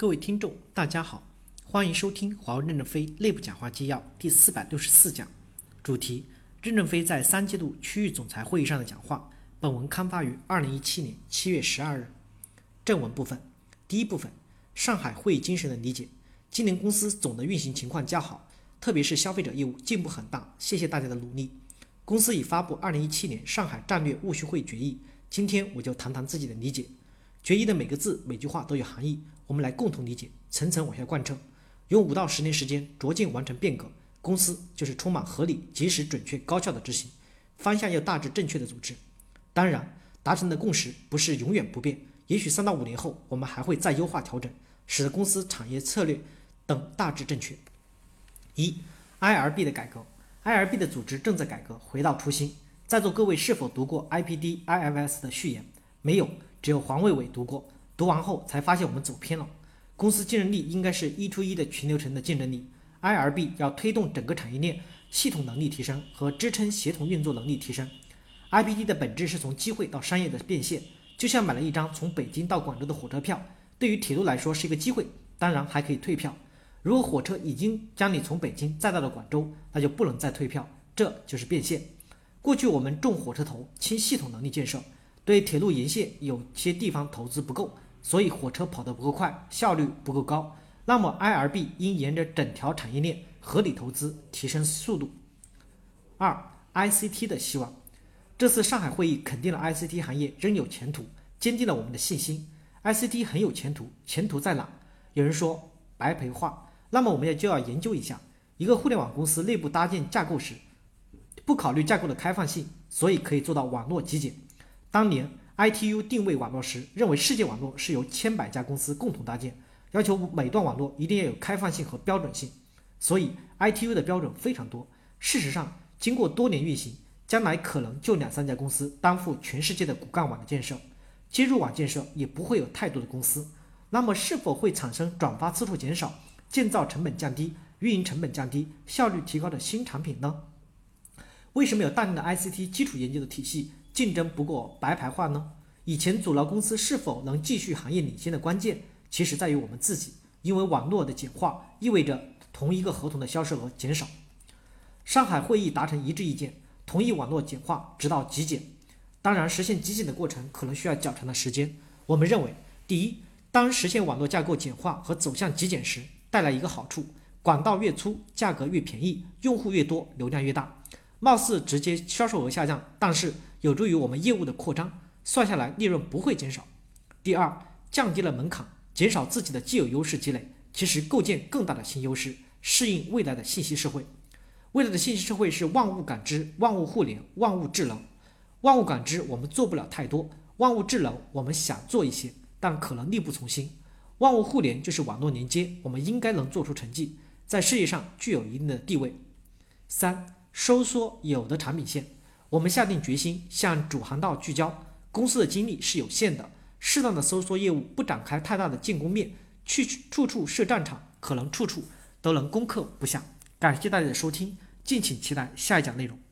各位听众，大家好，欢迎收听华为任正非内部讲话纪要第464讲，主题：任正非在3季度区域总裁会议上的讲话。本文刊发于2017年7月12日。正文部分，第一部分，上海会议精神的理解。今年公司总的运行情况较好，特别是消费者业务进步很大，谢谢大家的努力。公司已发布2017年上海战略务虚会决议，今天我就谈谈自己的理解。决议的每个字每句话都有含义，我们来共同理解，层层往下贯彻，用5到10年时间逐渐完成变革。公司就是充满合理、及时、准确、高效的执行，方向又大致正确的组织。当然，达成的共识不是永远不变，也许3到5年后，我们还会再优化调整，使得公司产业策略等大致正确。IRB 的改革。IRB 的组织正在改革，回到初心。在座各位是否读过 IPD IFS 的序言？没有，只有黄卫伟读过。读完后才发现我们走偏了。公司竞争力应该是1to 1的全流程的竞争力。IRB 要推动整个产业链系统能力提升和支撑协同运作能力提升。IPD 的本质是从机会到商业的变现，就像买了一张从北京到广州的火车票，对于铁路来说是一个机会，当然还可以退票。如果火车已经将你从北京载到了广州，那就不能再退票，这就是变现。过去我们重火车头轻系统能力建设，对铁路沿线有些地方投资不够，所以火车跑得不够快，效率不够高。那么 IRB 应沿着整条产业链合理投资，提升速度。ICT 的希望。这次上海会议肯定了 ICT 行业仍有前途，坚定了我们的信心。ICT 很有前途，前途在哪？有人说白培化，那么我们就要研究一下，一个互联网公司内部搭建架构时，不考虑架构的开放性，所以可以做到网络极简。当年 ITU 定位网络时，认为世界网络是由千百家公司共同搭建，要求每段网络一定要有开放性和标准性，所以 ITU 的标准非常多。事实上，经过多年运行，将来可能就2-3家公司担负全世界的骨干网的建设，接入网建设也不会有太多的公司。那么是否会产生转发次数减少、建造成本降低、运营成本降低、效率提高的新产品呢？为什么有大量的 ICT 基础研究的体系竞争不过白牌化呢？以前阻挠公司是否能继续行业领先的关键，其实在于我们自己，因为网络的简化意味着同一个合同的销售额减少。上海会议达成一致意见，同意网络简化直到极简。当然，实现极简的过程可能需要较长的时间。我们认为，第一，当实现网络架构简化和走向极简时，带来一个好处：管道越粗，价格越便宜，用户越多，流量越大。貌似直接销售额下降，但是有助于我们业务的扩张，算下来利润不会减少。第二，降低了门槛，减少自己的既有优势积累，其实构建更大的新优势，适应未来的信息社会。未来的信息社会是万物感知、万物互联、万物智能。万物感知我们做不了太多，万物智能我们想做一些，但可能力不从心。万物互联就是网络连接，我们应该能做出成绩，在世界上具有一定的地位。3. 收缩有的产品线，我们下定决心向主航道聚焦。公司的精力是有限的，适当的收缩业务，不展开太大的建功面，处处设战场，可能处处都能攻克不下。感谢大家的收听，敬请期待下一讲内容。